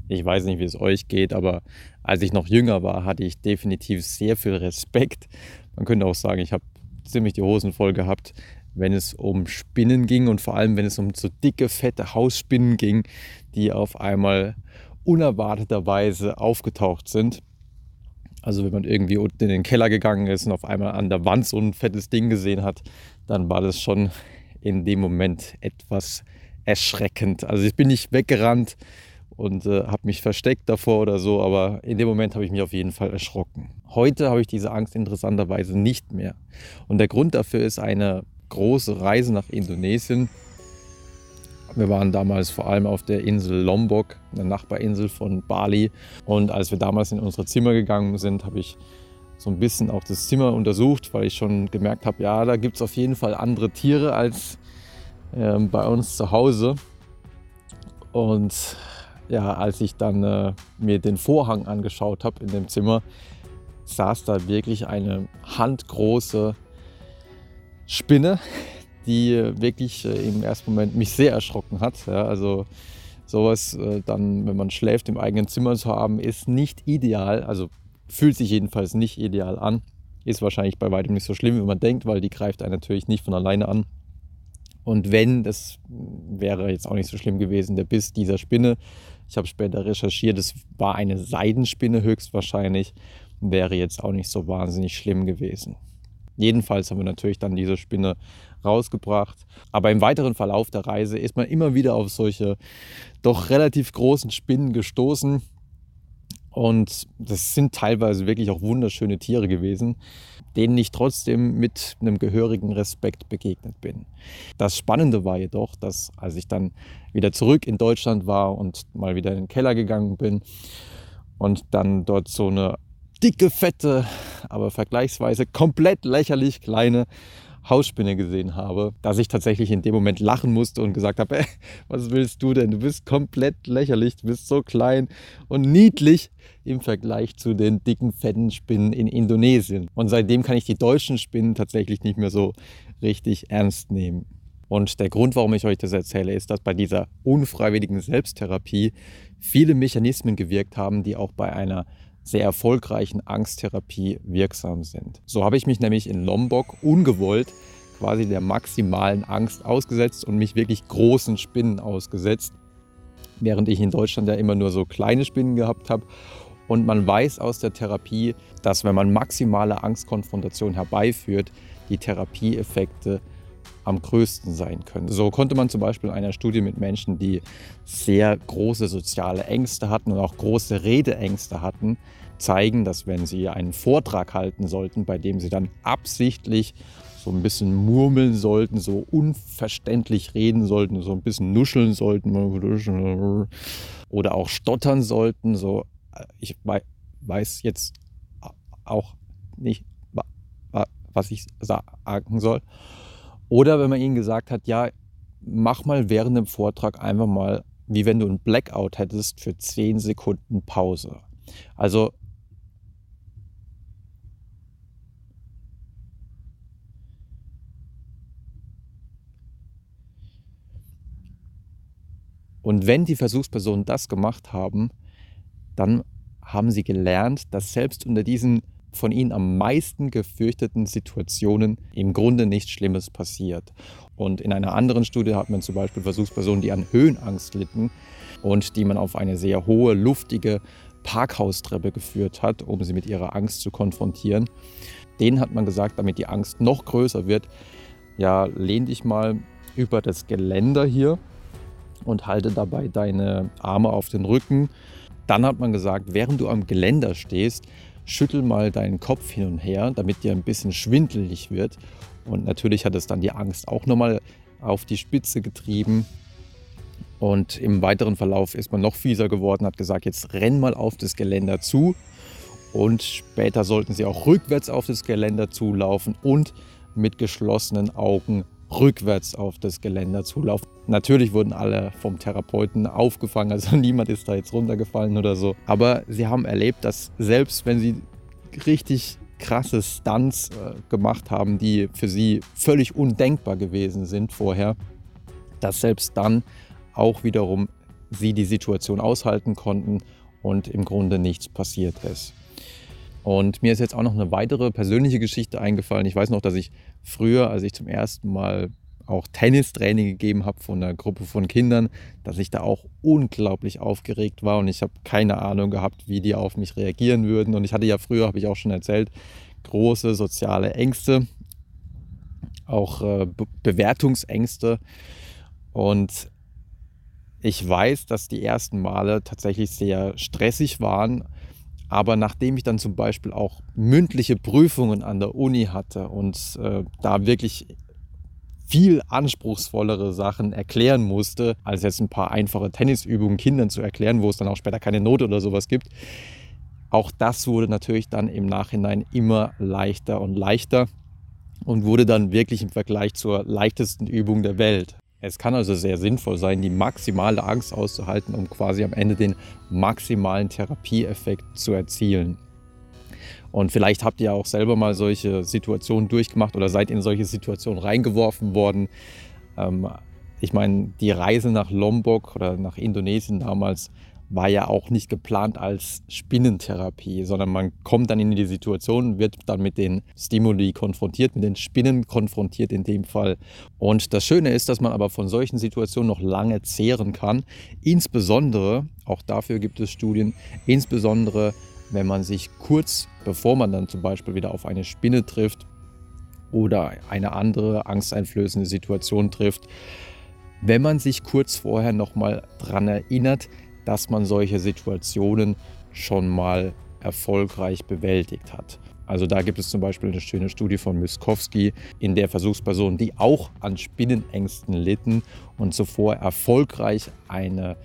Ich weiß nicht, wie es euch geht, aber als ich noch jünger war, hatte ich definitiv sehr viel Respekt. Man könnte auch sagen, ich habe ziemlich die Hosen voll gehabt, wenn es um Spinnen ging und vor allem, wenn es um so dicke, fette Hausspinnen ging, die auf einmal unerwarteterweise aufgetaucht sind. Also wenn man irgendwie unten in den Keller gegangen ist und auf einmal an der Wand so ein fettes Ding gesehen hat, dann war das schon in dem Moment etwas erschreckend. Also ich bin nicht weggerannt und habe mich versteckt davor oder so, aber in dem Moment habe ich mich auf jeden Fall erschrocken. Heute habe ich diese Angst interessanterweise nicht mehr. Und der Grund dafür ist eine große Reise nach Indonesien. Wir waren damals vor allem auf der Insel Lombok, einer Nachbarinsel von Bali. Und als wir damals in unsere Zimmer gegangen sind, habe ich so ein bisschen auch das Zimmer untersucht, weil ich schon gemerkt habe, ja, da gibt es auf jeden Fall andere Tiere als bei uns zu Hause. Und ja, als ich dann mir den Vorhang angeschaut habe in dem Zimmer, saß da wirklich eine handgroße Spinne, die wirklich im ersten Moment mich sehr erschrocken hat. Ja, also sowas dann, wenn man schläft, im eigenen Zimmer zu haben, ist nicht ideal. Also fühlt sich jedenfalls nicht ideal an. Ist wahrscheinlich bei weitem nicht so schlimm, wie man denkt, weil die greift einen natürlich nicht von alleine an. Und wenn, das wäre jetzt auch nicht so schlimm gewesen, der Biss dieser Spinne. Ich habe später recherchiert, es war eine Seidenspinne höchstwahrscheinlich, wäre jetzt auch nicht so wahnsinnig schlimm gewesen. Jedenfalls haben wir natürlich dann diese Spinne rausgebracht. Aber im weiteren Verlauf der Reise ist man immer wieder auf solche doch relativ großen Spinnen gestoßen. Und das sind teilweise wirklich auch wunderschöne Tiere gewesen, denen ich trotzdem mit einem gehörigen Respekt begegnet bin. Das Spannende war jedoch, dass als ich dann wieder zurück in Deutschland war und mal wieder in den Keller gegangen bin und dann dort so eine dicke, fette, aber vergleichsweise komplett lächerlich kleine Hausspinne gesehen habe, dass ich tatsächlich in dem Moment lachen musste und gesagt habe, was willst du denn? Du bist komplett lächerlich, du bist so klein und niedlich im Vergleich zu den dicken, fetten Spinnen in Indonesien. Und seitdem kann ich die deutschen Spinnen tatsächlich nicht mehr so richtig ernst nehmen. Und der Grund, warum ich euch das erzähle, ist, dass bei dieser unfreiwilligen Selbsttherapie viele Mechanismen gewirkt haben, die auch bei einer sehr erfolgreichen Angsttherapie wirksam sind. So habe ich mich nämlich in Lombok ungewollt quasi der maximalen Angst ausgesetzt und mich wirklich großen Spinnen ausgesetzt, während ich in Deutschland ja immer nur so kleine Spinnen gehabt habe. Und man weiß aus der Therapie, dass wenn man maximale Angstkonfrontation herbeiführt, die Therapieeffekte am größten sein können. So konnte man zum Beispiel in einer Studie mit Menschen, die sehr große soziale Ängste hatten und auch große Redeängste hatten, zeigen, dass wenn sie einen Vortrag halten sollten, bei dem sie dann absichtlich so ein bisschen murmeln sollten, so unverständlich reden sollten, so ein bisschen nuscheln sollten oder auch stottern sollten, so ich weiß jetzt auch nicht, was ich sagen soll. Oder wenn man ihnen gesagt hat, ja, mach mal während dem Vortrag einfach mal, wie wenn du einen Blackout hättest, für 10 Sekunden Pause. Also und wenn die Versuchspersonen das gemacht haben, dann haben sie gelernt, dass selbst unter diesen von ihnen am meisten gefürchteten Situationen im Grunde nichts Schlimmes passiert. Und in einer anderen Studie hat man zum Beispiel Versuchspersonen, die an Höhenangst litten und die man auf eine sehr hohe, luftige Parkhaustreppe geführt hat, um sie mit ihrer Angst zu konfrontieren. Denen hat man gesagt, damit die Angst noch größer wird, ja, lehn dich mal über das Geländer hier und halte dabei deine Arme auf den Rücken. Dann hat man gesagt, während du am Geländer stehst, schüttel mal deinen Kopf hin und her, damit dir ein bisschen schwindelig wird. Und natürlich hat es dann die Angst auch nochmal auf die Spitze getrieben. Und im weiteren Verlauf ist man noch fieser geworden, hat gesagt, jetzt renn mal auf das Geländer zu. Und später sollten sie auch rückwärts auf das Geländer zulaufen und mit geschlossenen Augen rückwärts auf das Geländer zulaufen. Natürlich wurden alle vom Therapeuten aufgefangen, also niemand ist da jetzt runtergefallen oder so. Aber sie haben erlebt, dass selbst wenn sie richtig krasse Stunts gemacht haben, die für sie völlig undenkbar gewesen sind vorher, dass selbst dann auch wiederum sie die Situation aushalten konnten und im Grunde nichts passiert ist. Und mir ist jetzt auch noch eine weitere persönliche Geschichte eingefallen. Ich weiß noch, dass ich früher, als ich zum ersten Mal auch Tennistraining gegeben habe von einer Gruppe von Kindern, dass ich da auch unglaublich aufgeregt war und ich habe keine Ahnung gehabt, wie die auf mich reagieren würden. Und ich hatte ja früher, habe ich auch schon erzählt, große soziale Ängste, auch Bewertungsängste. Und ich weiß, dass die ersten Male tatsächlich sehr stressig waren. Aber nachdem ich dann zum Beispiel auch mündliche Prüfungen an der Uni hatte und da wirklich viel anspruchsvollere Sachen erklären musste, als jetzt ein paar einfache Tennisübungen Kindern zu erklären, wo es dann auch später keine Note oder sowas gibt. Auch das wurde natürlich dann im Nachhinein immer leichter und leichter und wurde dann wirklich im Vergleich zur leichtesten Übung der Welt. Es kann also sehr sinnvoll sein, die maximale Angst auszuhalten, um quasi am Ende den maximalen Therapieeffekt zu erzielen. Und vielleicht habt ihr auch selber mal solche Situationen durchgemacht oder seid in solche Situationen reingeworfen worden. Ich meine, die Reise nach Lombok oder nach Indonesien damals war ja auch nicht geplant als Spinnentherapie, sondern man kommt dann in die Situation, wird dann mit den Stimuli konfrontiert, mit den Spinnen konfrontiert in dem Fall. Und das Schöne ist, dass man aber von solchen Situationen noch lange zehren kann. Insbesondere, auch dafür gibt es Studien, insbesondere wenn man sich kurz bevor man dann zum Beispiel wieder auf eine Spinne trifft oder eine andere angsteinflößende Situation trifft, wenn man sich kurz vorher nochmal daran erinnert, dass man solche Situationen schon mal erfolgreich bewältigt hat. Also da gibt es zum Beispiel eine schöne Studie von Myskowski, in der Versuchspersonen, die auch an Spinnenängsten litten und zuvor erfolgreich eine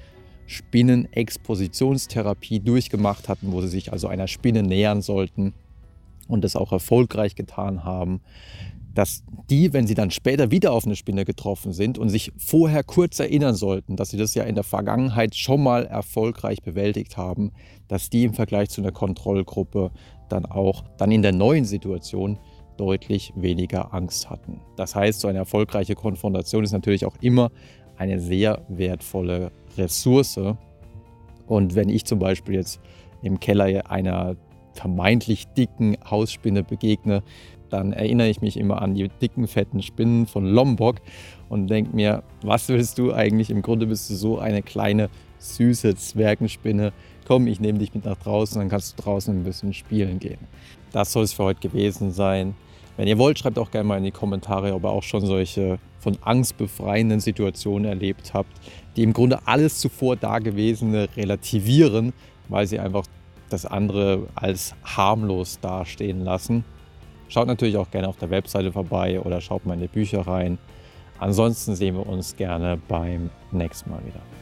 Spinnenexpositionstherapie durchgemacht hatten, wo sie sich also einer Spinne nähern sollten und das auch erfolgreich getan haben, dass die, wenn sie dann später wieder auf eine Spinne getroffen sind und sich vorher kurz erinnern sollten, dass sie das ja in der Vergangenheit schon mal erfolgreich bewältigt haben, dass die im Vergleich zu einer Kontrollgruppe dann in der neuen Situation deutlich weniger Angst hatten. Das heißt, so eine erfolgreiche Konfrontation ist natürlich auch immer eine sehr wertvolle Ressource. Und wenn ich zum Beispiel jetzt im Keller einer vermeintlich dicken Hausspinne begegne, dann erinnere ich mich immer an die dicken, fetten Spinnen von Lombok und denke mir, was willst du eigentlich? Im Grunde bist du so eine kleine, süße Zwergenspinne. Komm, ich nehme dich mit nach draußen, dann kannst du draußen ein bisschen spielen gehen. Das soll es für heute gewesen sein. Wenn ihr wollt, schreibt auch gerne mal in die Kommentare, ob ihr auch schon solche von Angst befreienden Situationen erlebt habt, die im Grunde alles zuvor Dagewesene relativieren, weil sie einfach das andere als harmlos dastehen lassen. Schaut natürlich auch gerne auf der Webseite vorbei oder schaut mal in die Bücher rein. Ansonsten sehen wir uns gerne beim nächsten Mal wieder.